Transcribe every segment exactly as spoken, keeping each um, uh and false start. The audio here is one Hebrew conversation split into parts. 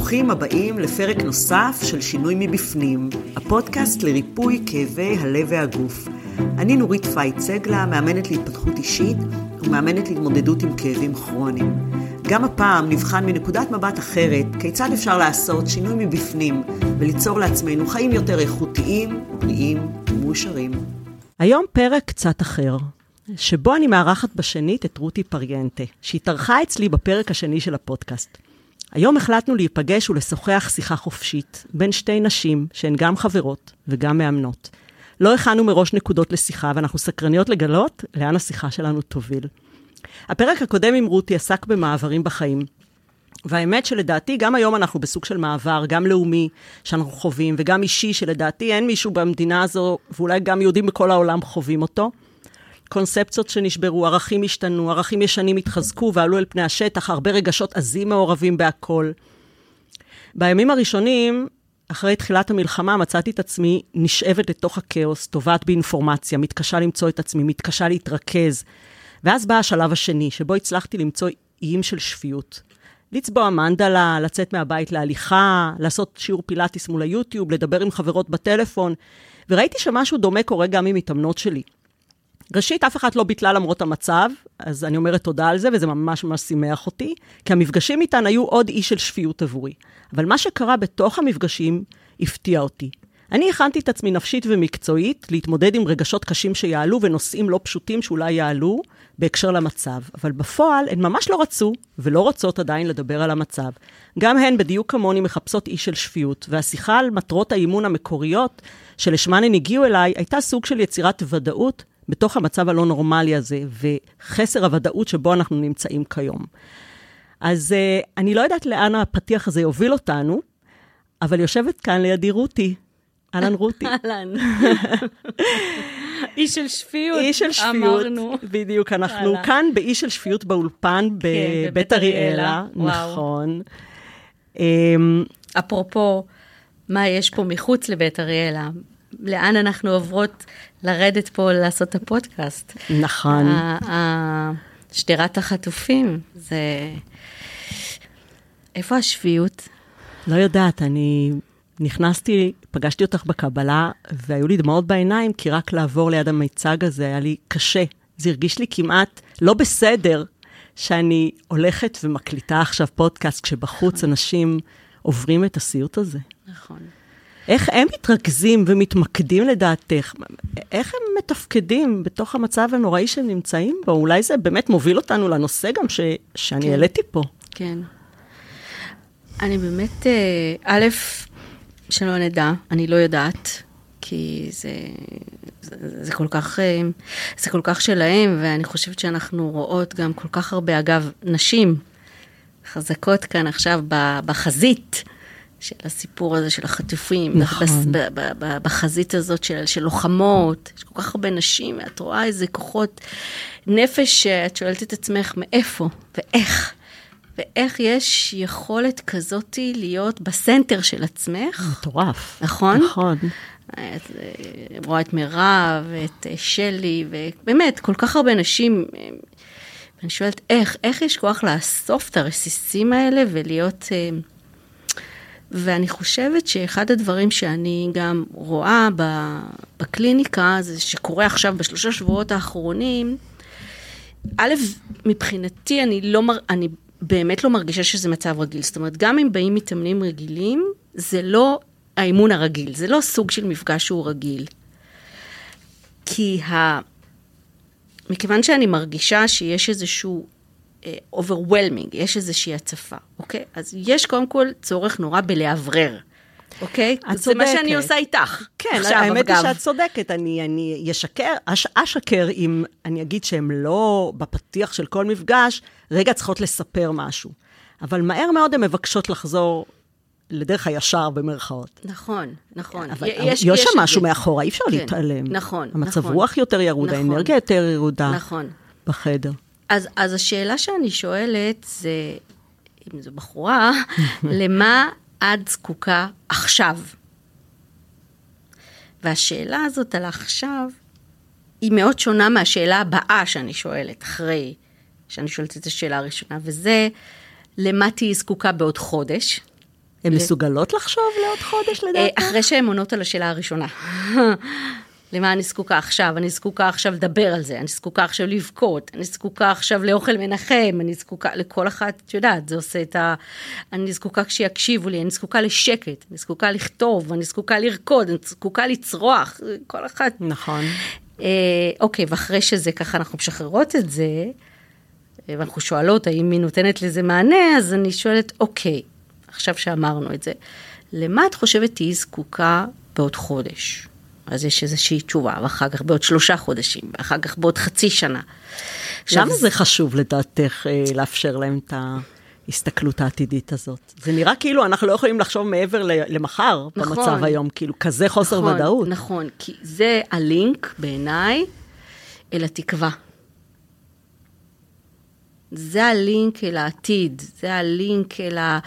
ברוכים הבאים לפרק נוסף של שינוי מבפנים, הפודקאסט לריפוי כאבי הלב והגוף. אני נורית פייט סגלה, מאמנת להתפתחות אישית ומאמנת להתמודדות עם כאבים כרוניים. גם הפעם נבחן מנקודת מבט אחרת כיצד אפשר לעשות שינוי מבפנים וליצור לעצמנו חיים יותר איכותיים, בריאים ומאושרים. היום פרק קצת אחר, שבו אני מארחת בשנית את רותי פריאנטה, שהתארחה אצלי בפרק השני של הפודקאסט. היום החלטנו להיפגש ולשוחח שיחה חופשית בין שתי נשים שהן גם חברות וגם מאמנות. לא הכנו מראש נקודות לשיחה ואנחנו סקרניות לגלות לאן השיחה שלנו תוביל. הפרק הקודם עם רותי עסק במעברים בחיים. והאמת שלדעתי גם היום אנחנו בסוג של מעבר, גם לאומי שאנחנו חווים וגם אישי שלדעתי אין מישהו במדינה הזו ואולי גם יהודים בכל העולם חווים אותו. קונספציות שנשברו, ערכים השתנו, ערכים ישנים התחזקו ועלו אל פני השטח, הרבה רגשות עזים מעורבים בהכל. בימים הראשונים, אחרי תחילת המלחמה, מצאתי את עצמי נשאבת לתוך הכאוס, טובעת באינפורמציה, מתקשה למצוא את עצמי, מתקשה להתרכז. ואז בא השלב השני, שבו הצלחתי למצוא איים של שפיות. לצבוע מנדלה, לצאת מהבית להליכה, לעשות שיעור פילאטיס מול היוטיוב, לדבר עם חברות בטלפון, וראיתי שמשהו דומה קורה גם עם מתאמנות שלי. ראשית, אף אחד לא ביטלה למרות המצב, אז אני אומרת תודה על זה, וזה ממש ממש שימח אותי, כי המפגשים איתן היו עוד אי של שפיות עבורי. אבל מה שקרה בתוך המפגשים הפתיע אותי. אני הכנתי את עצמי נפשית ומקצועית להתמודד עם רגשות קשים שיעלו ונושאים לא פשוטים שאולי יעלו בהקשר למצב. אבל בפועל הן ממש לא רצו ולא רוצות עדיין לדבר על המצב. גם הן בדיוק כמוני מחפשות אי של שפיות, והשיחה על מטרות האימון המקוריות שלשמן הן הגיעו אליי הייתה סוג של יצירת ודאות בתוך המצב הלא נורמלי הזה, וחסר הוודאות שבו אנחנו נמצאים כיום. אז uh, אני לא יודעת לאן הפתיח הזה יוביל אותנו, אבל יושבת כאן לידי רותי. אהלן רותי. אהלן. אי של שפיות, אי של שפיות, אמרנו. בדיוק, אנחנו אהלן. כאן באי של שפיות באולפן, בבית אריאלה. נכון. אפרופו, מה יש פה מחוץ לבית אריאלה? לאן אנחנו עוברות לרדת פה לעשות את הפודקאסט. נכון. שדרת החטופים, זה... איפה השפיות? לא יודעת, אני נכנסתי, פגשתי אותך בקבלה, והיו לי דמעות בעיניים, כי רק לעבור ליד המיצג הזה היה לי קשה. זה הרגיש לי כמעט לא בסדר, שאני הולכת ומקליטה עכשיו פודקאסט, כשבחוץ אנשים עוברים את הסיוט הזה. נכון. איך הם מתרכזים ומתמקדים לדעתך? איך הם מתפקדים בתוך המצב הנוראי שהם נמצאים בו? אולי זה באמת מוביל אותנו לנושא גם ש... שאני כן. העליתי פה. כן. אני באמת, א', שלא נדע, אני לא יודעת, כי זה, זה, זה כל כך, זה כל כך שלהם, ואני חושבת שאנחנו רואות גם כל כך הרבה, אגב, נשים חזקות כאן עכשיו בחזית, של הסיפור הזה של החטופים, נכון. בחזית הזאת של, של לוחמות, יש כל כך הרבה נשים, ואת רואה איזה כוחות נפש שאת שואלת את עצמך מאיפה ואיך, ואיך יש יכולת כזאת להיות בסנטר של עצמך. מטורף. נכון? נכון. את רואה את מירב, את שלי, ובאמת, כל כך הרבה נשים, ואני שואלת איך, איך יש כוח לאסוף את הרסיסים האלה ולהיות... ואני חושבת שאחד הדברים שאני גם רואה בקליניקה, זה שקורה עכשיו בשלושה שבועות האחרונים, א', מבחינתי אני, לא, אני באמת לא מרגישה שזה מצב רגיל. זאת אומרת, גם אם באים מתאמנים רגילים, זה לא האימון הרגיל, זה לא סוג של מפגש שהוא רגיל. כי ה... מכיוון שאני מרגישה שיש איזשהו overwhelming, יש איזושהי הצפה, אוקיי? אז יש קודם כל צורך נורא בלהברר, אוקיי? זה מה שאני עושה איתך. כן, האמת היא שאת צודקת, אני, אני ישקר, אשקר אם אני אגיד שהם לא בפתיח של כל מפגש, רגע צריכות לספר משהו. אבל מהר מאוד הן מבקשות לחזור לדרך הישר במרכאות. נכון, נכון. אבל יש, יש שם משהו מאחורה, אי אפשר כן, להתעלם. נכון, המצב נכון. רוח יותר ירודה, נכון, האנרגיה יותר ירודה. נכון. בחדר. אז, אז השאלה שאני שואלת זה, אם זו בחורה, למה את זקוקה עכשיו? והשאלה הזאת על עכשיו, היא מאוד שונה מהשאלה הבאה שאני שואלת, אחרי שאני שואלת את השאלה הראשונה, וזה, למה תהי זקוקה בעוד חודש? הן מסוגלות לחשוב לעוד חודש לדעתך? אחרי שהן עונות על השאלה הראשונה. למה אני זקוקה עכשיו? אני זקוקה עכשיו לדבר על זה, אני זקוקה עכשיו לבכות, אני זקוקה עכשיו לאוכל מנחם, אני זקוקה לכל אחת, את יודעת, זה עושה את ה... אני זקוקה שיקשיבו לי, אני זקוקה לשקט, אני זקוקה לכתוב, אני זקוקה לרקוד, אני זקוקה לצרוח, כל אחת. נכון. אה, אוקיי, ואחרי שזה ככה אנחנו משחררות את זה, ואנחנו שואלות האם היא נותנת לזה מענה, אז אני שואלת, אוקיי, עכשיו שאמרנו את זה, למה את חושבת תהי זקוקה בעוד חודש? אז יש איזושהי תשובה, ואחר כך בעוד שלושה חודשים, ואחר כך בעוד חצי שנה. למה זה חשוב לדעתך לאפשר להם את ההסתכלות העתידית הזאת? זה נראה כאילו אנחנו לא יכולים לחשוב מעבר למחר במצב היום, כאילו כזה חוסר ודאות. נכון, כי זה הלינק בעיניי אל התקווה. זה הלינק אל העתיד, זה הלינק אל ה...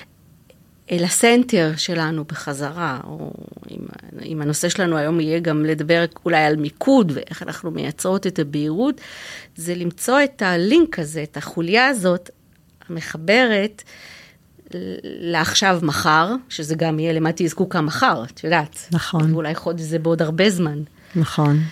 אל הסנטר שלנו בחזרה, או אם, אם הנושא שלנו היום יהיה גם לדבר אולי על מיקוד, ואיך אנחנו מייצרות את הבהירות, זה למצוא את הלינק הזה, את החוליה הזאת, המחברת, לעכשיו מחר, שזה גם יהיה למה תהיה זקוקה מחר, את יודעת. נכון. ואולי חודש זה בעוד הרבה זמן. נכון.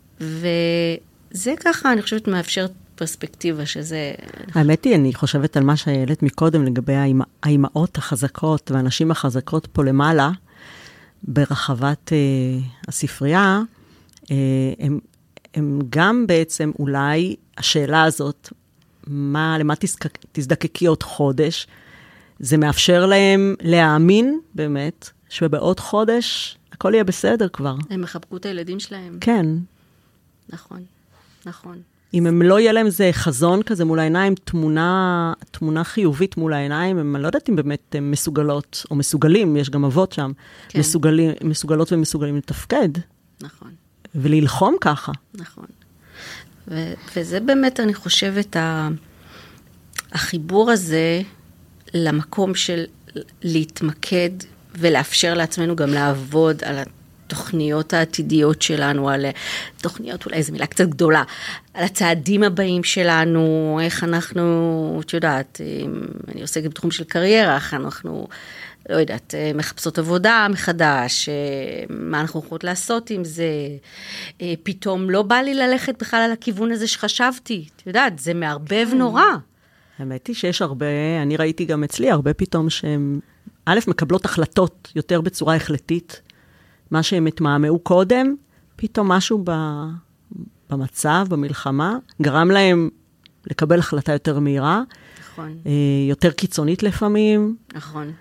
וזה ככה, אני חושבת, מאפשר פרספקטיבה שזה... האמת היא, אני חושבת על מה שהעלית מקודם, לגבי האימהות החזקות, והנשים החזקות פה למעלה, ברחבת אה, הספרייה, אה, הם, הם גם בעצם אולי, השאלה הזאת, מה, למה תזדק, תזדקקי עוד חודש, זה מאפשר להם להאמין באמת, שבעוד חודש הכל יהיה בסדר כבר. הם מחבקו את הילדים שלהם. כן. נכון, נכון. אם הם לא יהיה להם זה חזון כזה מול העיניים, תמונה, תמונה חיובית מול העיניים, הם, אני לא יודעת אם באמת הם מסוגלות, או מסוגלים, יש גם אבות שם, כן. מסוגלים, מסוגלות ומסוגלים לתפקד. נכון. וללחום ככה. נכון. ו- וזה באמת, אני חושבת, ה- החיבור הזה למקום של להתמקד, ולאפשר לעצמנו גם לעבוד על התוכניות העתידיות שלנו, על תוכניות, אולי זו מילה קצת גדולה, על הצעדים הבאים שלנו, איך אנחנו, את יודעת, אני עוסקת בתחום של קריירה, איך אנחנו, לא יודעת, מחפשות עבודה מחדש, מה אנחנו יכולות לעשות עם זה, פתאום לא בא לי ללכת בכלל על הכיוון הזה שחשבתי, את יודעת, זה מערבב נורא. האמת היא שיש הרבה, אני ראיתי גם אצלי, הרבה פתאום שהם, א', מקבלות החלטות יותר בצורה החלטית, מה שהם התמהמהו קודם, פתאום משהו ב, במצב, במלחמה, גרם להם לקבל החלטה יותר מהירה, נכון. יותר קיצונית לפעמים. נכון.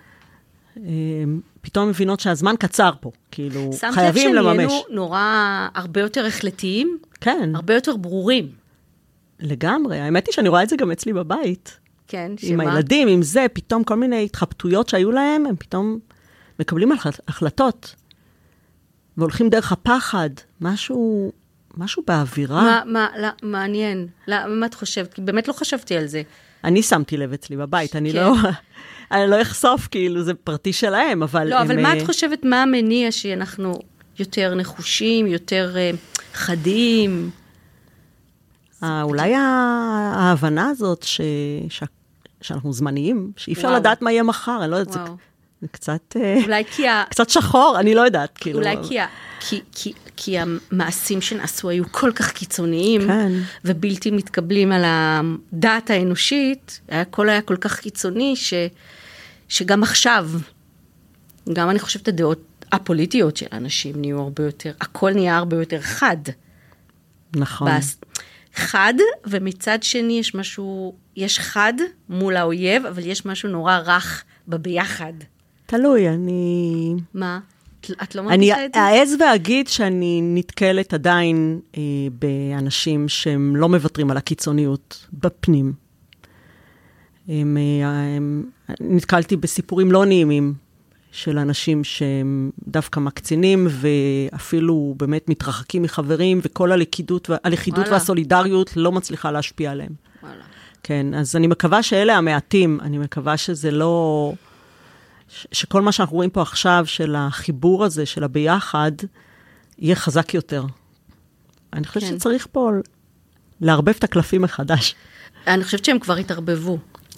פתאום מבינות שהזמן קצר פה, כאילו, חייבים לממש. שמת לב שנהיינו נורא הרבה יותר החלטיים? כן. הרבה יותר ברורים. לגמרי, האמת היא שאני רואה את זה גם אצלי בבית. כן, שמה? עם הילדים, עם זה, פתאום כל מיני התחבטויות שהיו להם, הם פתאום מקבלים החלטות. והולכים דרך הפחד, משהו, משהו באווירה. מה, מה, לא, מעניין. לא, מה את חושבת? כי באמת לא חשבתי על זה. אני שמתי לב אצלי בבית, אני לא, אני לא אחשוף, כאילו, זה פרטי שלהם, אבל... לא, אבל מה את חושבת, מה המניע שאנחנו יותר נחושים, יותר חדים? אולי ההבנה הזאת שאנחנו זמניים, שאי אפשר לדעת מה יהיה מחר, אני לא יודעת, זה... זה קצת, קצת שחור, אני לא יודעת. כאילו. אולי כי, כי, כי, כי המעשים שנעשו היו כל כך קיצוניים, כן. ובלתי מתקבלים על הדעת האנושית, הכל היה כל כך קיצוני, ש, שגם עכשיו, גם אני חושבת הדעות הפוליטיות של אנשים נהיו הרבה יותר, הכל נהיה הרבה יותר חד. נכון. בס, חד, ומצד שני יש משהו, יש חד מול האויב, אבל יש משהו נורא רך בביחד. תלוי, אני... מה? את לא מרגישה את זה? אני אעז ואגיד שאני נתקלת עדיין אה, באנשים שהם לא מוותרים על הקיצוניות בפנים. הם, אה, הם, נתקלתי בסיפורים לא נעימים של אנשים שהם דווקא מקצינים, ואפילו באמת מתרחקים מחברים, וכל הלכידות, הלכידות והסולידריות לא מצליחה להשפיע עליהם. וואלה. כן, אז אני מקווה שאלה המעטים, אני מקווה שזה לא... שכל מה שאנחנו רואים פה עכשיו, של החיבור הזה, של הביחד, יהיה חזק יותר. אני חושבת כן. שצריך פה להרבב את הקלפים מחדש. אני חושבת שהם כבר התערבבו.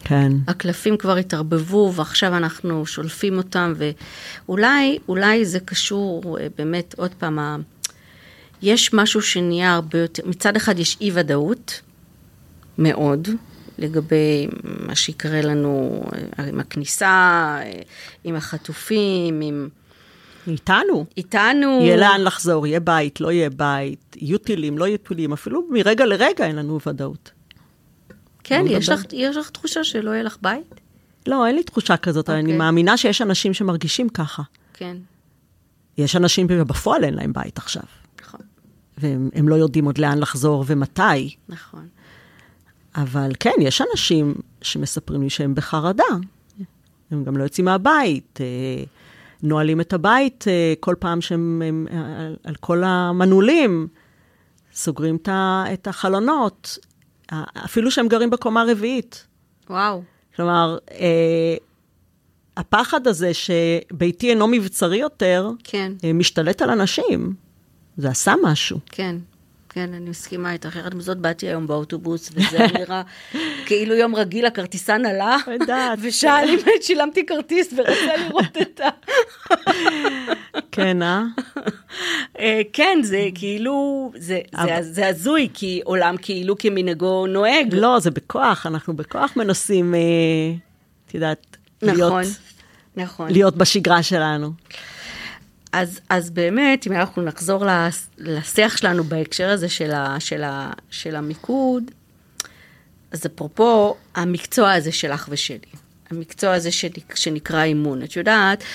כן. הקלפים כבר התערבבו, ועכשיו אנחנו שולפים אותם, ואולי, אולי זה קשור באמת, עוד פעם, יש משהו שנהיה הרבה יותר, מצד אחד יש אי ודאות, מאוד, לגבי מה שיקרה לנו עם הכניסה, עם החטופים, עם... איתנו. איתנו. יהיה לאן לחזור, יהיה בית, לא יהיה בית, יהיו טילים, לא יהיו טילים, אפילו מרגע לרגע אין לנו ודאות. כן, יש לך, יש לך תחושה שלא יהיה לך בית? לא, אין לי תחושה כזאת, okay. אני מאמינה שיש אנשים שמרגישים ככה. כן. יש אנשים בפועל אין להם בית עכשיו. נכון. והם הם לא יודעים עוד לאן לחזור ומתי. נכון. אבל כן, יש אנשים שמספרים לי שהם בחרדה. הם גם לא יוצאים מהבית, נועלים את הבית כל פעם שהם הם, על, על כל המנעולים, סוגרים את החלונות, אפילו שהם גרים בקומה רביעית. וואו. כלומר, אה, הפחד הזה שביתי אינו מבצרי יותר, כן. אה, משתלט על אנשים. זה עשה משהו. כן, כן, אני מסכימה איתך. אחרת מזאת באתי היום באוטובוס, וזה נראה כאילו יום רגיל, הכרטיסן עלה, ושאל אם שילמתי כרטיס ורצה לראות את ה... כן, אה? כן, זה כאילו, זה הזוי, כי עולם כאילו כמנהגו נוהג. לא, זה בכוח, אנחנו בכוח מנסים, את יודעת, להיות בשגרה שלנו. אז, אז באמת, אם אנחנו נחזור לשיח שלנו בהקשר הזה של, ה, של, ה, של המיקוד, אז אפרופו המקצוע הזה שלך ושלי, המקצוע הזה שנקרא אימון. את יודעת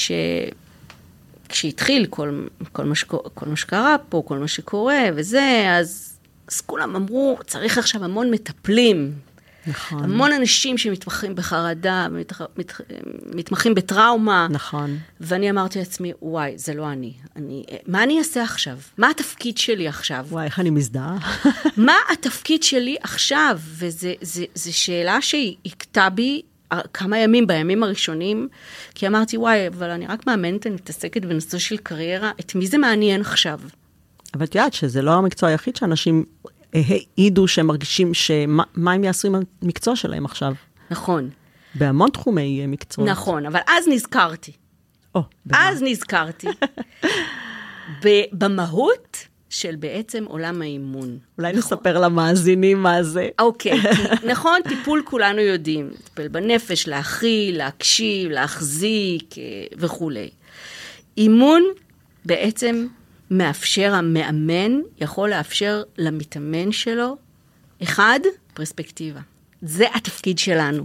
שכשהתחיל כל, כל, מה שקורה, כל מה שקרה פה, כל מה שקורה וזה, אז, אז כולם אמרו, צריך עכשיו המון מטפלים. נכון. המון אנשים שמתמחים בחרדה, מתמח, מת, מתמחים בטראומה. נכון. ואני אמרתי לעצמי, וואי, זה לא אני. אני. מה אני אעשה עכשיו? מה התפקיד שלי עכשיו? וואי, איך אני מזדהה? מה התפקיד שלי עכשיו? וזו זה, זה שאלה שהיא הכתה בי כמה ימים, בימים הראשונים, כי אמרתי, וואי, אבל אני רק מאמנת, אני מתעסקת בנושא של קריירה, את מי זה מעניין עכשיו? אבל את יודעת שזה לא המקצוע היחיד שאנשים... העידו שהם מרגישים שמה מה הם יעשו עם המקצוע שלהם עכשיו. נכון. בהמון תחומי מקצוע. נכון, אבל אז נזכרתי. או, אז נזכרתי. במהות של בעצם עולם האימון. אולי נספר למאזינים מה זה. אוקיי, נכון, טיפול כולנו יודעים. טיפול בנפש, להכיל, להקשיב, להחזיק וכו'. אימון בעצם... מאפשר, המאמן יכול לאפשר למתאמן שלו, אחד, פרספקטיבה. זה התפקיד שלנו.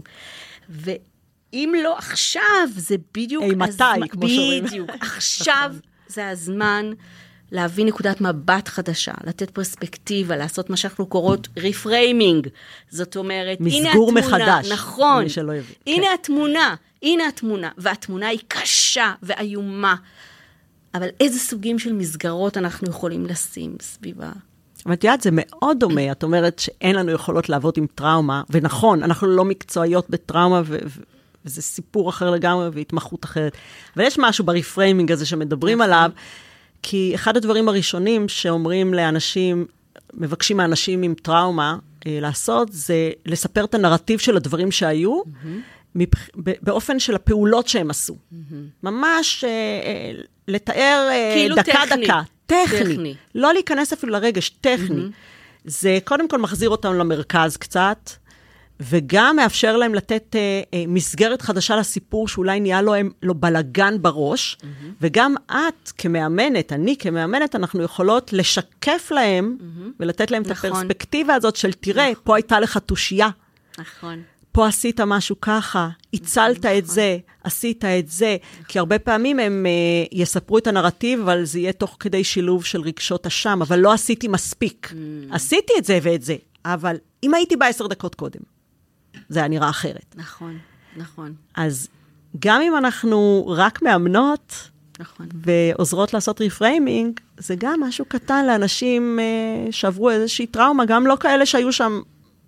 ואם לא עכשיו, זה בדיוק... אי מתי, כמו שאומרים. בדיוק. עכשיו זה הזמן להביא נקודת מבט חדשה, לתת פרספקטיבה, לעשות מה שאנחנו קוראות רפריימינג. זאת אומרת, הנה התמונה. מסגור מחדש. נכון. הנה התמונה, הנה התמונה. והתמונה היא קשה ואיומה. אבל איזה סוגים של מסגרות אנחנו יכולים לשים סביבה? אבל את יודעת, זה מאוד דומה. את אומרת שאין לנו יכולות לעבוד עם טראומה, ונכון, אנחנו לא מקצועיות בטראומה, ו- ו- וזה סיפור אחר לגמרי, והתמחות אחרת. אבל יש משהו ברפריימינג הזה שמדברים עליו, כי אחד הדברים הראשונים שאומרים לאנשים, מבקשים מאנשים עם טראומה אה, לעשות, זה לספר את הנרטיב של הדברים שהיו, מבח... באופן של הפעולות שהם עשו. ממש... אה, לתאר כאילו דקה טכני. דקה, טכני. טכני. לא להיכנס אפילו לרגש, טכני. Mm-hmm. זה קודם כל מחזיר אותם למרכז קצת, וגם מאפשר להם לתת אה, אה, מסגרת חדשה לסיפור, שאולי נהיה לו, לו בלגן בראש, mm-hmm. וגם את כמאמנת, אני כמאמנת, אנחנו יכולות לשקף להם, mm-hmm. ולתת להם נכון. את הפרספקטיבה הזאת של תראה, נכון. פה הייתה לך תושייה. נכון. פה עשית משהו ככה, הצלת את זה, עשית את זה, כי הרבה פעמים הם יספרו את הנרטיב, אבל זה יהיה תוך כדי שילוב של רגשות אשם, אבל לא עשיתי מספיק. עשיתי את זה ואת זה, אבל אם הייתי בעשר דקות קודם, זה היה נראה אחרת. נכון, נכון. אז גם אם אנחנו רק מאמנות, נכון. ועוזרות לעשות רפריימינג, זה גם משהו קטן לאנשים שעברו איזושהי טראומה, גם לא כאלה שהיו שם,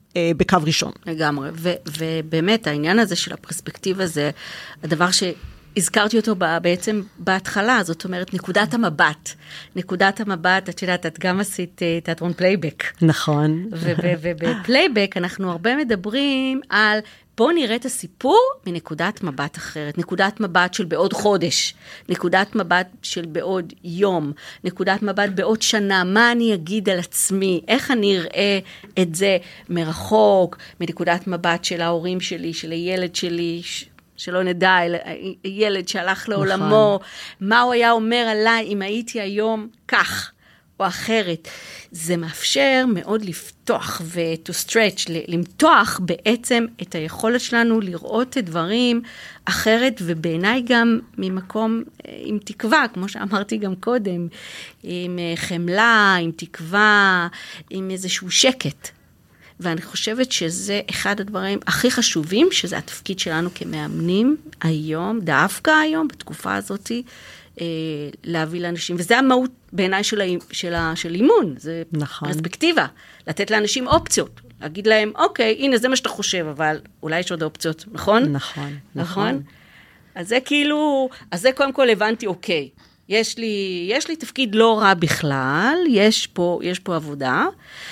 בקו ראשון. לגמרי, ו- ובאמת העניין הזה של הפרספקטיבה זה הדבר הזכרתי אותו בעצם בהתחלה, זאת אומרת, נקודת המבט. נקודת המבט, את יודעת, את גם עשית תיאטרון פלייבק. נכון. ובפלייבק אנחנו הרבה מדברים על, בואו נראה את הסיפור מנקודת מבט אחרת. נקודת מבט של בעוד חודש, נקודת מבט של בעוד יום, נקודת מבט בעוד שנה, מה אני אגיד על עצמי, איך אני אראה את זה מרחוק, מנקודת מבט של ההורים שלי, של הילד שלי, שלא נדע, ילד שהלך לעולמו, מה הוא היה אומר עליי אם הייתי היום כך או אחרת. זה מאפשר מאוד לפתוח ו-to stretch, למתוח בעצם את היכולת שלנו לראות את דברים אחרת, ובעיניי גם ממקום עם תקווה, כמו שאמרתי גם קודם, עם חמלה, עם תקווה, עם איזשהו שקט. ואני חושבת שזה אחד הדברים הכי חשובים, שזה התפקיד שלנו כמאמנים היום, דווקא היום, בתקופה הזאת, אה, להביא לאנשים. וזה המהות בעיניי של, של, של אימון, זה נכון. פרספקטיבה, לתת לאנשים אופציות, להגיד להם, אוקיי, הנה זה מה שאתה חושב, אבל אולי יש עוד אופציות, נכון? נכון, נכון. נכון? אז זה כאילו, אז זה קודם כל הבנתי, אוקיי, יש לי, יש לי תפקיד לא רע בכלל, יש פה, יש פה עבודה,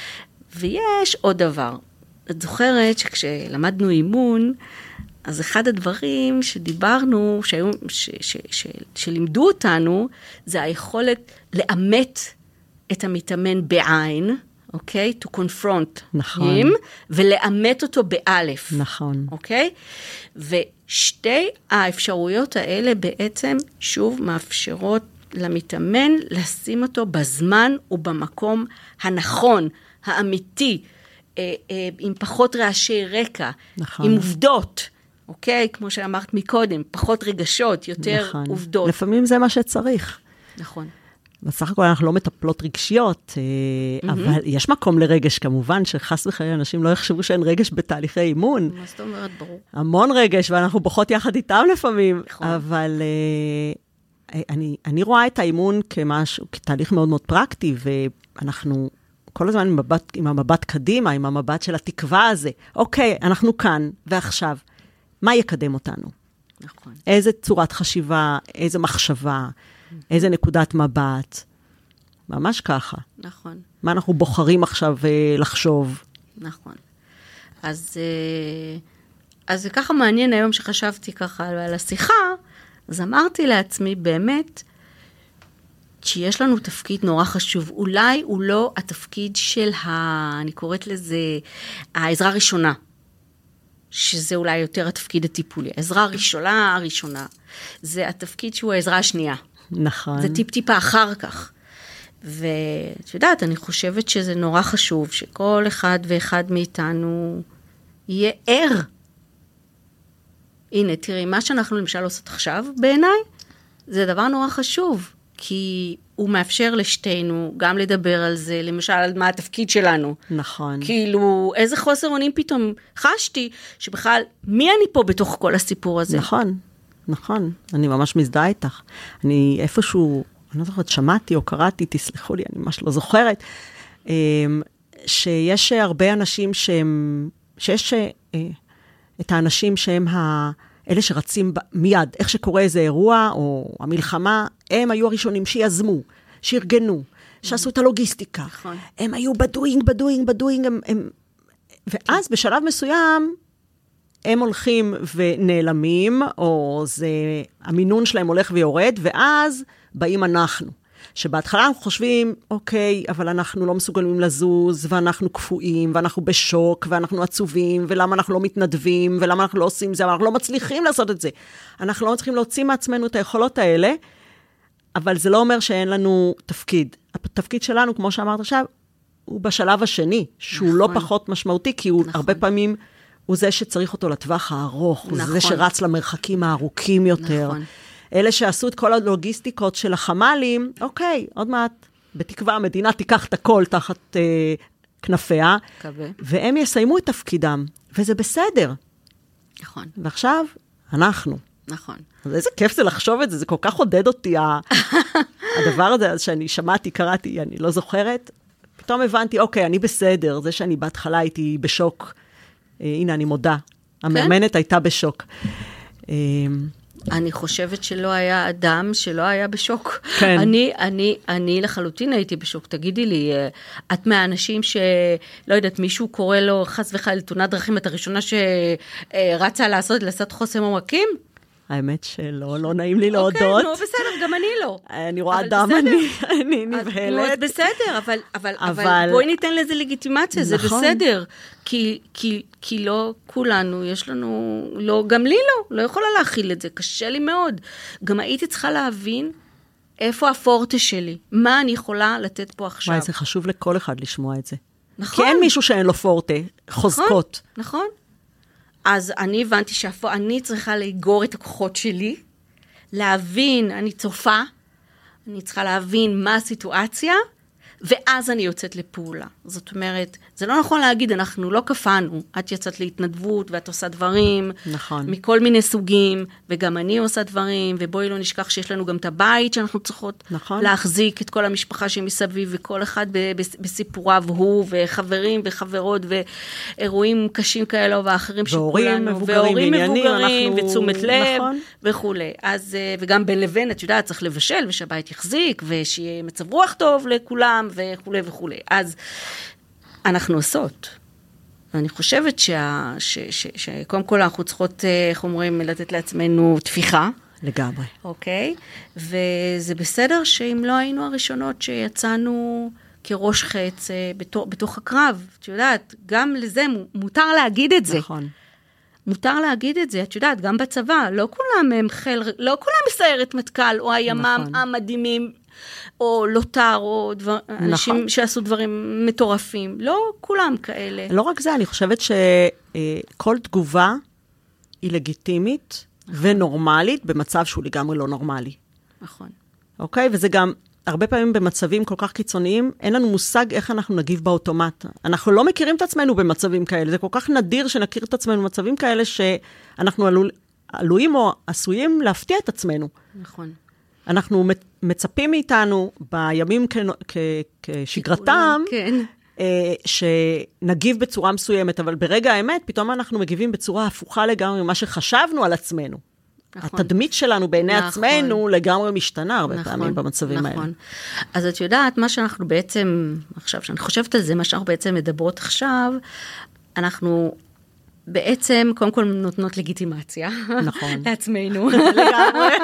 ויש עוד דבר. את זוכרת שכשלמדנו אימון, אז אחד הדברים שדיברנו, שהיו, ש, ש, ש, שלימדו אותנו, זה היכולת לאמת את המתאמן בעין, אוקיי? To confront נכון. him, ולאמת אותו באלף. נכון. אוקיי? ושתי האפשרויות האלה בעצם שוב מאפשרות למתאמן לשים אותו בזמן ובמקום הנכון, האמיתי, אה, אה, עם פחות רעשי רקע, נכון. עם עובדות, אוקיי? כמו שאמרת מקודם, פחות רגשות, יותר נכון. עובדות. לפעמים זה מה שצריך. נכון. בסך הכל אנחנו לא מטפלות רגשיות, mm-hmm. אבל יש מקום לרגש כמובן, שחס וחלילה אנשים לא יחשבו שאין רגש בתהליכי אימון. מה זאת אומרת, ברור. המון רגש, ואנחנו בוכות יחד איתם לפעמים, נכון. אבל uh, אני, אני רואה את האימון כמשהו, כתהליך מאוד מאוד פרקטי, ואנחנו כל הזמן עם, מבט, עם המבט קדימה, עם המבט של התקווה הזה. אוקיי, אנחנו כאן ועכשיו. מה יקדם אותנו? נכון. איזה צורת חשיבה, איזה מחשבה, איזה נקודת מבט. ממש ככה. נכון. מה אנחנו בוחרים עכשיו לחשוב? נכון. אז, אז זה ככה מעניין היום שחשבתי ככה על השיחה, אז אמרתי לעצמי באמת, שיש לנו תפקיד נורא חשוב, אולי הוא לא התפקיד של, ה, אני קוראת לזה, העזרה הראשונה, שזה אולי יותר התפקיד הטיפולי. העזרה הראשונה, הראשונה, זה התפקיד שהוא העזרה השנייה. נכון. זה טיפ-טיפה אחר כך. ואת יודעת, אני חושבת שזה נורא חשוב, שכל אחד ואחד מאיתנו יהיה ער. הנה, תראי, מה שאנחנו למשל עושות עכשיו בעיניי, זה דבר נורא חשוב, כי הוא מאפשר לשתינו גם לדבר על זה, למשל על מה התפקיד שלנו. נכון. כאילו, איזה חוסר אונים פתאום חשתי, שבכלל, מי אני פה בתוך כל הסיפור הזה? נכון, נכון. אני ממש מזדהה איתך. אני איפשהו, אני לא זוכרת, שמעתי או קראתי, תסלחו לי, אני ממש לא זוכרת, שיש הרבה אנשים שהם, שיש את האנשים שהם ה... אלה שרצים מיד, איך שקורה איזה אירוע, או המלחמה, הם היו הראשונים שיזמו, שארגנו, שעשו את הלוגיסטיקה. נכון. הם היו בדואינג, בדואינג, בדואינג, הם, הם... ואז בשלב מסוים, הם הולכים ונעלמים, או זה, המינון שלהם הולך ויורד, ואז באים אנחנו. שבהתחלה אנחנו חושבים, אוקיי, אבל אנחנו לא מסוגלים לזוז, ואנחנו קפואים, ואנחנו בשוק, ואנחנו עצובים, ולמה אנחנו לא מתנדבים, ולמה אנחנו לא עושים זה, אבל אנחנו לא מצליחים לעשות את זה. אנחנו לא מצליחים להוציא מעצמנו את היכולות האלה, אבל זה לא אומר שאין לנו תפקיד. התפקיד שלנו, כמו שאמרת עכשיו, הוא בשלב השני, שהוא נכון. לא פחות משמעותי, כי הוא נכון. הרבה פעמים, הוא זה שצריך אותו לטווח הארוך, נכון. הוא זה שרץ למרחקים הארוכים יותר. נכון. אלה שעשו את כל הלוגיסטיקות של החמלים, אוקיי, עוד מעט, בתקווה המדינה תיקח את הכל תחת אה, כנפיה, קווה. והם יסיימו את תפקידם, וזה בסדר. נכון. ועכשיו, אנחנו. נכון. אז איזה כיף זה לחשוב את זה, זה כל כך עודד אותי, הדבר הזה, אז שאני שמעתי, קראתי, אני לא זוכרת, פתאום הבנתי, אוקיי, אני בסדר, זה שאני בהתחלה הייתי בשוק, אה, הנה, אני מודה, המאמנת הייתה בשוק. אה, אני חושבת שלא היה אדם שלא היה בשוק. כן. אני, אני, אני לחלוטין הייתי בשוק. תגידי לי, את מהאנשים שלא יודעת, מישהו קורא לו חס וחלילה תאונת דרכים, את הראשונה שרצה לעשות, לעשות חוסם עומקים? האמת שלא, לא נעים לי להודות. אוקיי, נו, בסדר, גם אני לא. אני רואה דם, אני, אני נבהלת. בסדר, אבל, אבל, אבל בואי ניתן לזה לגיטימציה, זה בסדר. כי, כי, כי לא כולנו, יש לנו, לא, גם לי לא, לא יכולה להכיל את זה, קשה לי מאוד. גם הייתי צריכה להבין איפה הפורטה שלי, מה אני יכולה לתת פה עכשיו. וואי, זה חשוב לכל אחד לשמוע את זה. נכון. כי אין מישהו שאין לו פורטה, חוזקות. נכון, נכון. אז אני הבנתי שאני צריכה לאגור את הכוחות שלי, להבין, אני צופה, אני צריכה להבין מה הסיטואציה, ואז אני יוצאת לפעולה. זאת אומרת, זה לא נכון להגיד, אנחנו לא קפאנו, את יצאת להתנדבות, ואת עושה דברים, נכון. מכל מיני סוגים, וגם אני עושה דברים, ובואי לא נשכח שיש לנו גם את הבית, שאנחנו צריכות נכון. להחזיק את כל המשפחה שמסביב, וכל אחד בסיפוריו הוא, וחברים וחברות, ואירועים קשים כאלה ואחרים והורים שכולנו, מבוגרים, והורים עניינים, מבוגרים, אנחנו... ותשומת לב, נכון. וכו'. אז, וגם בין לבין, את יודעת, צריך לבשל, ושהבית יחזיק, ושיהיה מצב רוח טוב לכולם, וכו' וכו'. אז אנחנו עושות. ואני חושבת שה, ש, ש, ש, שקודם כל אנחנו צריכות, איך אומרים, לתת לעצמנו תפיחה. לגמרי. אוקיי? וזה בסדר שאם לא היינו הראשונות שיצאנו כראש חץ בתוך, בתוך הקרב. את יודעת, גם לזה מותר להגיד את זה. נכון. מותר להגיד את זה, את יודעת, גם בצבא, לא כולם הם חיל, לא כולם מסיירת מטכ"ל, או הימ"מ נכון. המדהימים, או לוטר, או דבר, נכון. אנשים שעשו דברים מטורפים. לא כולם כאלה. לא רק זה, אני חושבת שכל תגובה היא לגיטימית נכון. ונורמלית, במצב שהוא לגמרי לא נורמלי. נכון. אוקיי? וזה גם, הרבה פעמים במצבים כל כך קיצוניים, אין לנו מושג איך אנחנו נגיב באוטומט. אנחנו לא מכירים את עצמנו במצבים כאלה. זה כל כך נדיר שנכיר את עצמנו במצבים כאלה, שאנחנו עלול, עלויים או עשויים להפתיע את עצמנו. נכון. אנחנו מצפים מאיתנו בימים כ- כ- כשגרתם, כן. שנגיב בצורה מסוימת, אבל ברגע האמת, פתאום אנחנו מגיבים בצורה הפוכה לגמרי ממה שחשבנו על עצמנו. נכון. התדמית שלנו בעיני נכון. עצמנו לגמרי משתנה הרבה נכון, פעמים במצבים נכון. האלה. אז את יודעת, מה שאנחנו בעצם, עכשיו, שאני חושבת על זה, מה שאנחנו בעצם מדברות עכשיו, אנחנו בעצם, קודם כל נותנות לגיטימציה. נכון. לעצמנו. לגמרי.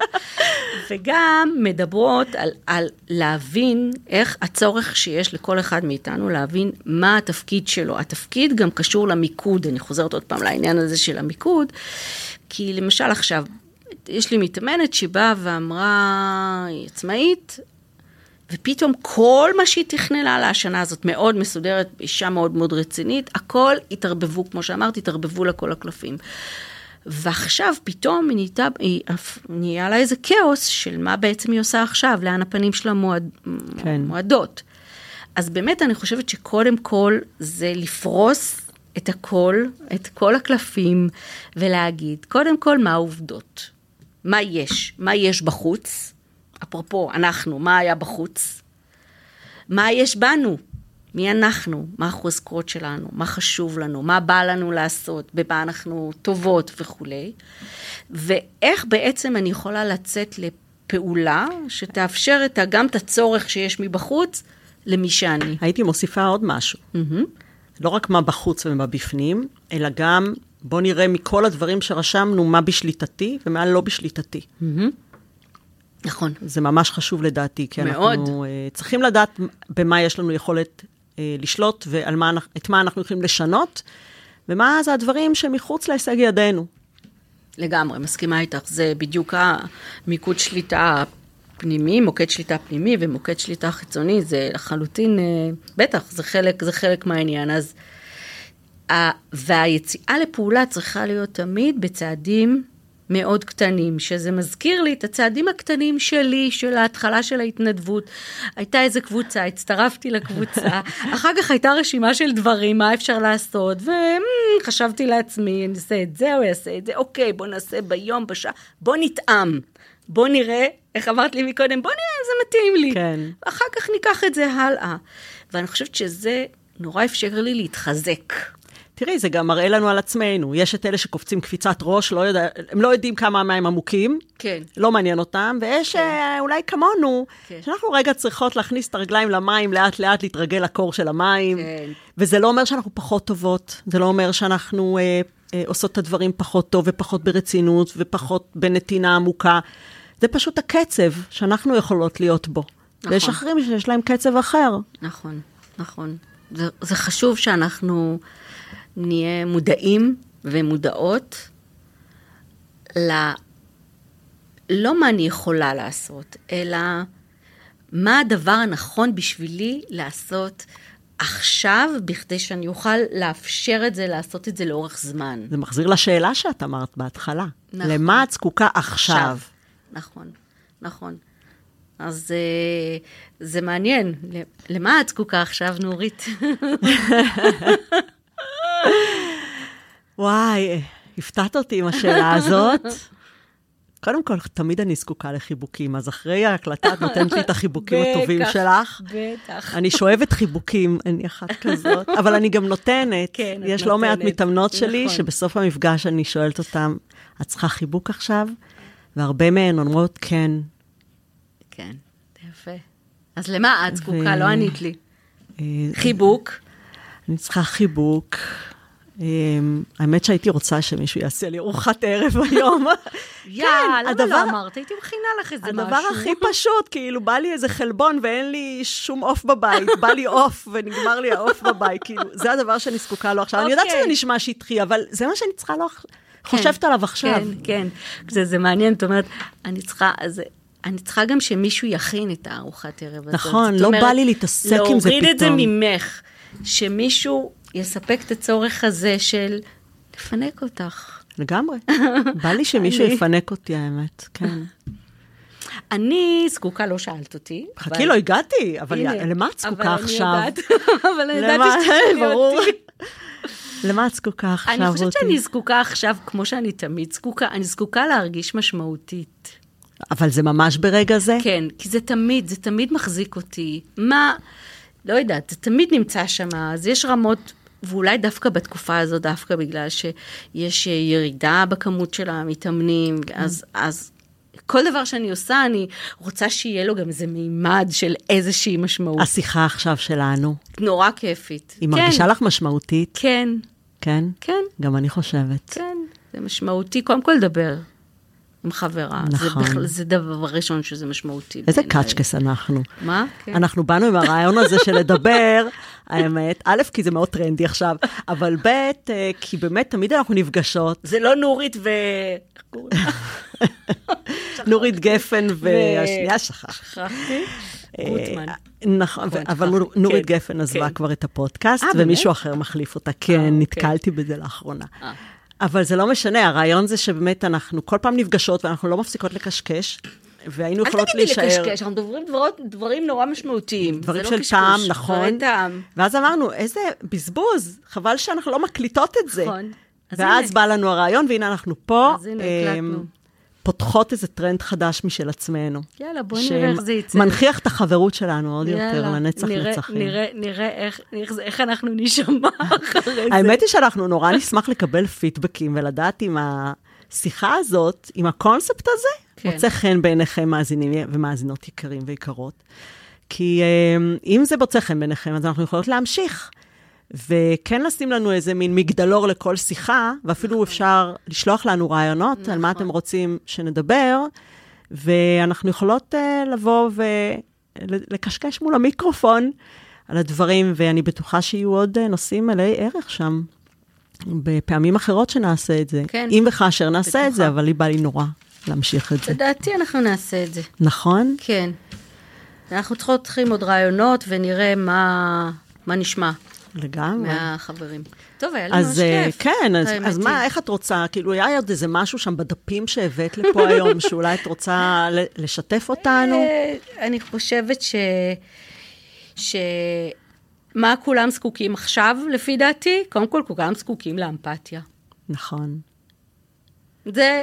וגם מדברות על, על להבין איך הצורך שיש לכל אחד מאיתנו, להבין מה התפקיד שלו. התפקיד גם קשור למיקוד, אני חוזרת עוד פעם לעניין הזה של המיקוד, כי למשל עכשיו, יש לי מתאמנת שבאה ואמרה, היא עצמאית, ופתאום כל מה שהיא תכננה לה השנה הזאת, מאוד מסודרת, אישה מאוד מאוד רצינית, הכל התערבבו, כמו שאמרתי, התערבבו לה כל הקלפים. ועכשיו פתאום היא נהייתה, היא נהיה לה איזה כאוס של מה בעצם היא עושה עכשיו, לאן הפנים שלה מועד, כן. מועדות. אז באמת אני חושבת שקודם כל זה לפרוס את הכל, את כל הקלפים, ולהגיד, קודם כל מה העובדות? מה יש? מה יש בחוץ? אפרופו, אנחנו, מה היה בחוץ? מה יש בנו? מי אנחנו? מה החוזקות שלנו? מה חשוב לנו? מה בא לנו לעשות? במה אנחנו טובות וכו'. ואיך בעצם אני יכולה לצאת לפעולה שתאפשר את, גם את הצורך שיש מבחוץ למי שאני. הייתי מוסיפה עוד משהו. Mm-hmm. לא רק מה בחוץ ומה בפנים, אלא גם בוא נראה מכל הדברים שרשמנו מה בשליטתי ומה לא בשליטתי. Mm-hmm. נכון. זה ממש חשוב לדעתי, כי מאוד. אנחנו uh, צריכים לדעת במה יש לנו יכולת uh, לשלוט, ואת מה, מה אנחנו יכולים לשנות, ומה זה הדברים שמחוץ להישג ידינו. לגמרי, מסכימה איתך. זה בדיוק המיקוד שליטה פנימי, מוקד שליטה פנימי, ומוקד שליטה חיצוני, זה לחלוטין, uh, בטח, זה חלק, זה חלק מהעניין. אז, uh, והיציאה לפעולה צריכה להיות תמיד בצעדים מאוד קטנים, שזה מזכיר לי את הצעדים הקטנים שלי, של ההתחלה של ההתנדבות. הייתה איזו קבוצה, הצטרפתי לקבוצה, אחר כך הייתה רשימה של דברים, מה אפשר לעשות, וחשבתי לעצמי, אני אעשה את זה, או אעשה את זה, אוקיי, בוא נעשה ביום, בשעה, בוא נתאם, בוא נראה, איך אמרת לי מקודם, בוא נראה אם זה מתאים לי. כן. אחר כך ניקח את זה הלאה. ואני חושבת שזה נורא אפשר לי להתחזק. תראי, זה גם מראה לנו על עצמנו. יש את אלה שקופצים קפיצת ראש, לא יודע, הם לא יודעים כמה המים עמוקים, כן. לא מעניין אותם, ויש כן. אולי כמונו, כן. שאנחנו רגע צריכות להכניס את הרגליים למים, לאט לאט להתרגל לקור של המים, כן. וזה לא אומר שאנחנו פחות טובות, זה לא אומר שאנחנו אה, אה, עושות את הדברים פחות טוב, ופחות ברצינות, ופחות בנתינה עמוקה. זה פשוט הקצב שאנחנו יכולות להיות בו. נכון. ויש אחרים שיש להם קצב אחר. נכון, נכון. זה, זה חשוב שאנחנו נהיה מודעים ומודעות ל... לא מה אני יכולה לעשות, אלא מה הדבר הנכון בשבילי לעשות עכשיו, בכדי שאני אוכל לאפשר את זה, לעשות את זה לאורך זמן. זה מחזיר לשאלה שאת אמרת בהתחלה. נכון. למה את זקוקה עכשיו? עכשיו. נכון, נכון. אז זה מעניין. למה את זקוקה עכשיו, נורית? וואי, הפתעת אותי עם השאלה הזאת. קודם כל, תמיד אני זקוקה לחיבוקים, אז אחרי ההקלטה את נותנת לי את החיבוקים הטובים שלך. בטח. אני שואבת חיבוקים, אני אחת כזאת, אבל אני גם נותנת. כן, יש נותנת. לא מעט מתאמנות שלי, נכון. שבסוף המפגש אני שואלת אותם, את צריכה חיבוק עכשיו? והרבה מהן אומרות כן. כן, יפה. אז למה את זקוקה? ו... לא ענית לי. חיבוק. אני צריכה חיבוק. האמת שהייתי רוצה שמישהו יעשה לי ארוחת ערב היום. יאללה, למה לא אמרת? הייתי מכינה לך איזה משהו. הדבר הכי פשוט, כאילו, בא לי איזה חלבון ואין לי שום אוף בבית, בא לי אוף ונגמר לי האוף בבית, כאילו, זה הדבר שאני זקוקה לו עכשיו. אני יודעת שזה נשמע שטחי, אבל זה מה שאני צריכה לו, חושבת עליו עכשיו. כן, כן, זה מעניין, זאת אומרת, אני צריכה, אני צריכה גם שמישהו יכין את הארוחת ערב. נכון, לא בא לי להתעסק עם זה פתאום. להוריד את זה ממך, שמישהו יספק את הצורך הזה של לפנק אותך. לגמרי. בא לי שמישהו יפנק אותי, האמת, כן. אני זקוקה, לא שאלת אותי. חכי, לא הגעתי, אבל למה את זקוקה עכשיו? אבל אני ידעתי שתשאלי אותי. למה את זקוקה עכשיו אותי? אני חושבת שאני זקוקה עכשיו, כמו שאני תמיד זקוקה, אני זקוקה להרגיש משמעותית. אבל זה ממש ברגע זה? כן, כי זה תמיד, זה תמיד מחזיק אותי. מה, לא יודעת, זה תמיד נמצא שם, אז יש רמות, ואולי דווקא בתקופה הזו, דווקא בגלל שיש ירידה בכמות של המתאמנים, אז, אז כל דבר שאני עושה, אני רוצה שיהיה לו גם איזה מימד של איזושהי משמעות. השיחה עכשיו שלנו. נורא כיפית. היא מרגישה לך משמעותית? כן. כן? כן. גם אני חושבת. כן, זה משמעותי. קודם כל לדבר עם חברה. נכון. זה, בכלל, זה דבר ראשון שזה משמעותי. איזה קאצ'קס אנחנו. מה? כן. אנחנו באנו עם הרעיון הזה של לדבר, האמת, א', כי זה מאוד טרנדי עכשיו, אבל ב', כי באמת תמיד אנחנו נפגשות. זה לא נורית ו... נורית גפן והשנייה שכח. שכחתי. גוטמן. נכון, אבל נורית גפן עזבה כבר את הפודקאסט, ומישהו אחר מחליף אותה. כן, נתקלתי בזה לאחרונה. אבל זה לא משנה, הרעיון זה שבאמת אנחנו כל פעם נפגשות, ואנחנו לא מפסיקות לקשקש, והיינו יכולות להישאר... אל תגידי לקשקש, אנחנו מדברים דברים נורא משמעותיים. דברים של טעם, נכון. ואז אמרנו, איזה בזבוז, חבל שאנחנו לא מקליטות את זה. נכון. ואז בא לנו הרעיון, והנה אנחנו פה. אז הנה, הקלטנו. פותחות איזה טרנד חדש משל עצמנו. יאללה, בואי נראה איך זה יצא. שמנחיח את החברות שלנו עוד יותר, לנצח נצחים. נראה, נראה איך, איך אנחנו נשמע אחרי זה. האמת היא שאנחנו נורא נשמח לקבל פידבקים, ולדעת אם השיחה הזאת, עם הקונספט הזה, מוצא חן בעיניכם מאזינים ומאזינות יקרים ויקרות. כי אם זה מוצא חן בעיניכם, אז אנחנו יכולות להמשיך. וכן לשים לנו איזה מין מגדלור לכל שיחה, ואפילו אפשר לשלוח לנו רעיונות נכון. על מה אתם רוצים שנדבר, ואנחנו יכולות uh, לבוא ולקשקש מול המיקרופון על הדברים, ואני בטוחה שיהיו עוד uh, נושאים מלאי ערך שם, בפעמים אחרות שנעשה את זה. כן. אם וכאשר נעשה בטוחה. את זה, אבל לי בא לי נורא להמשיך את זה. לדעתי אנחנו נעשה את זה. נכון? כן. אנחנו צריכות צריכים עוד רעיונות, ונראה מה, מה נשמע. לגמרי. מהחברים. טוב, היה לי ממש כיף. כן, אז, אז מה, איך את רוצה? כאילו, היה עוד איזה משהו שם בדפים שהבאת לפה היום, שאולי את רוצה לשתף אותנו? אני חושבת ש... ש... מה כולם זקוקים עכשיו, לפי דעתי? קודם כל, כולם זקוקים לאמפתיה. נכון. זה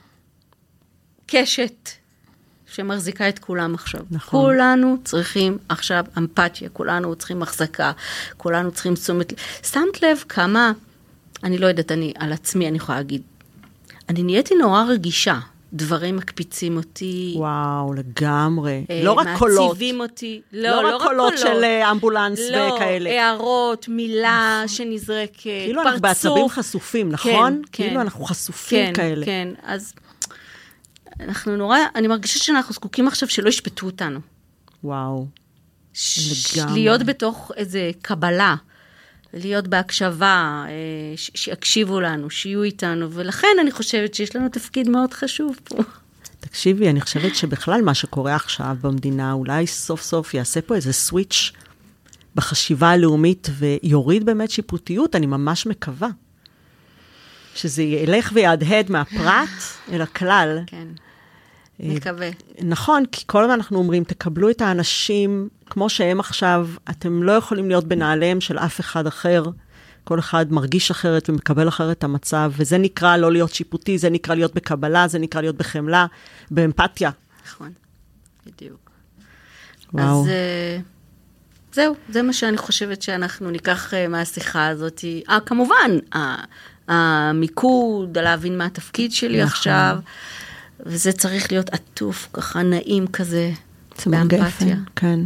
קשת שמחזיקה את כולם עכשיו. נכון. כולנו צריכים עכשיו אמפתיה, כולנו צריכים החזקה, כולנו צריכים תשומת לב. שמת לב כמה אני לא יודעת, אני, על עצמי אני יכולה להגיד, אני נהייתי נורא רגישה, דברים מקפיצים אותי. וואו, לגמרי. לא רק קולות. מעציבים אותי. לא, לא רק קולות של אמבולנס לא, וכאלה. לא, הערות, מילה שנזרקת, פרצוף. כאילו אנחנו בעצבים חשופים, נכון? כן, כאילו כן. אנחנו חשופים כן, כאלה. כן, אז אנחנו נורא, אני מרגישה שאנחנו זקוקים עכשיו שלא ישפטו אותנו. וואו. ש- להיות בתוך איזה קבלה, להיות בהקשבה, ש- שיקשיבו לנו, שיהיו איתנו, ולכן אני חושבת שיש לנו תפקיד מאוד חשוב פה. תקשיבי, אני חושבת שבכלל מה שקורה עכשיו במדינה, אולי סוף סוף יעשה פה איזה סוויץ' בחשיבה הלאומית, ויוריד באמת שיפוטיות, אני ממש מקווה. שזה ילך ויעדהד מהפרט אל הכלל. כן, מקווה. נכון, כי כל הזמן אנחנו אומרים, תקבלו את האנשים כמו שהם עכשיו, אתם לא יכולים להיות בנעליהם של אף אחד אחר, כל אחד מרגיש אחרת ומקבל אחרת את המצב, וזה נקרא לא להיות שיפוטי, זה נקרא להיות בקבלה, זה נקרא להיות בחמלה, באמפתיה. נכון, בדיוק. וואו. אז זהו, זה מה שאני חושבת שאנחנו ניקח מהשיחה הזאת. אה, כמובן, המיקוד, להבין מה התפקיד שלי עכשיו, וזה צריך להיות עטוף, ככה נעים כזה, באמפתיה. כן.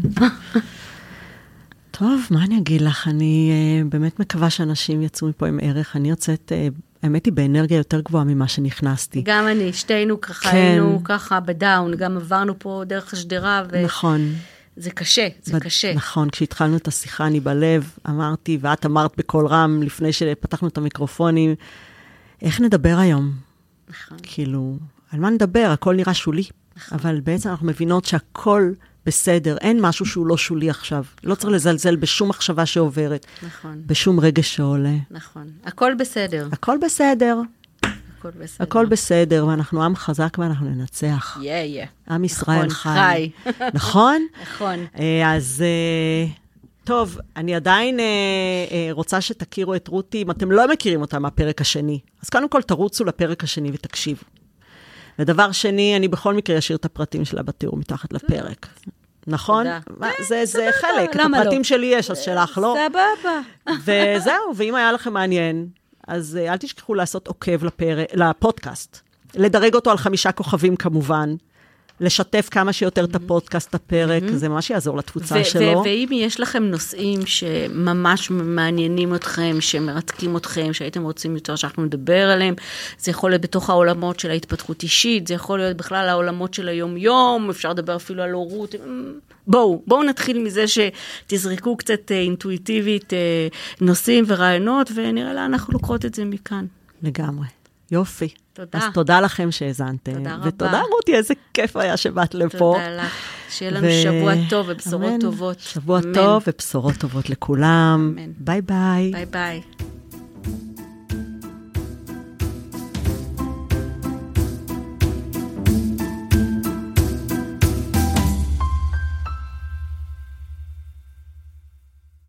טוב, מה אני אגיד לך? אני uh, באמת מקווה שאנשים יצאו מפה עם ערך. אני יוצאת, uh, האמת היא, באנרגיה יותר גבוהה ממה שנכנסתי. גם אני, שתינו ככה, כן. היינו ככה בדאון, גם עברנו פה דרך השדרה. ו... נכון. זה קשה, זה בד... קשה. נכון, כשהתחלנו את השיחה, אני בלב, אמרתי, ואת אמרת בקול רם, לפני שפתחנו את המיקרופונים, איך נדבר היום? נכון. כאילו, על מה נדבר? הכל נראה שולי. נכון. אבל בעצם אנחנו מבינות שהכל בסדר, אין משהו שהוא לא שולי עכשיו. נכון. לא צריך לזלזל בשום מחשבה שעוברת. נכון. בשום רגש שעולה. נכון. הכל בסדר. הכל בסדר. הכל בסדר. הכל בסדר, ואנחנו עם חזק ואנחנו ננצח. יא, יא. עם ישראל נכון, חי. נכון? נכון. אז טוב, אני עדיין רוצה שתכירו את רותי, אם אתם לא מכירים אותה מהפרק השני, אז קודם כל תרוצו לפרק השני ותקשיבו. ודבר שני, אני בכל מקרה אשאיר את הפרטים שלה בתיאור מתחת לפרק. נכון? זה חלק, את הפרטים שלי יש, אז שלך לא. סבבה. וזהו, ואם היה לכם מעניין, אז אל תשכחו לעשות עוקב לפודקאסט. לדרג אותו על חמישה כוכבים כמובן. לשתף כמה שיותר את הפודקאסט, את הפרק, זה ממש יעזור לתפוצה שלו. ואם יש לכם נושאים שממש מעניינים אתכם, שמרתקים אתכם, שהייתם רוצים יותר שאנחנו נדבר עליהם, זה יכול להיות בתוך העולמות של ההתפתחות אישית, זה יכול להיות בכלל העולמות של היום-יום, אפשר לדבר אפילו על הורות. בואו, בואו נתחיל מזה שתזרקו קצת אינטואיטיבית נושאים ורעיונות, ונראה לה אנחנו לוקחות את זה מכאן. לגמרי. יופי. תודה. אז תודה לכם שהזנתם. תודה רבה. ותודה רותי, איזה כיף היה שבאת לפה. תודה לך. שיהיה לנו ו... שבוע טוב ובשורות אמן. טובות. שבוע אמן. טוב ובשורות טובות לכולם. אמן. ביי ביי. ביי ביי.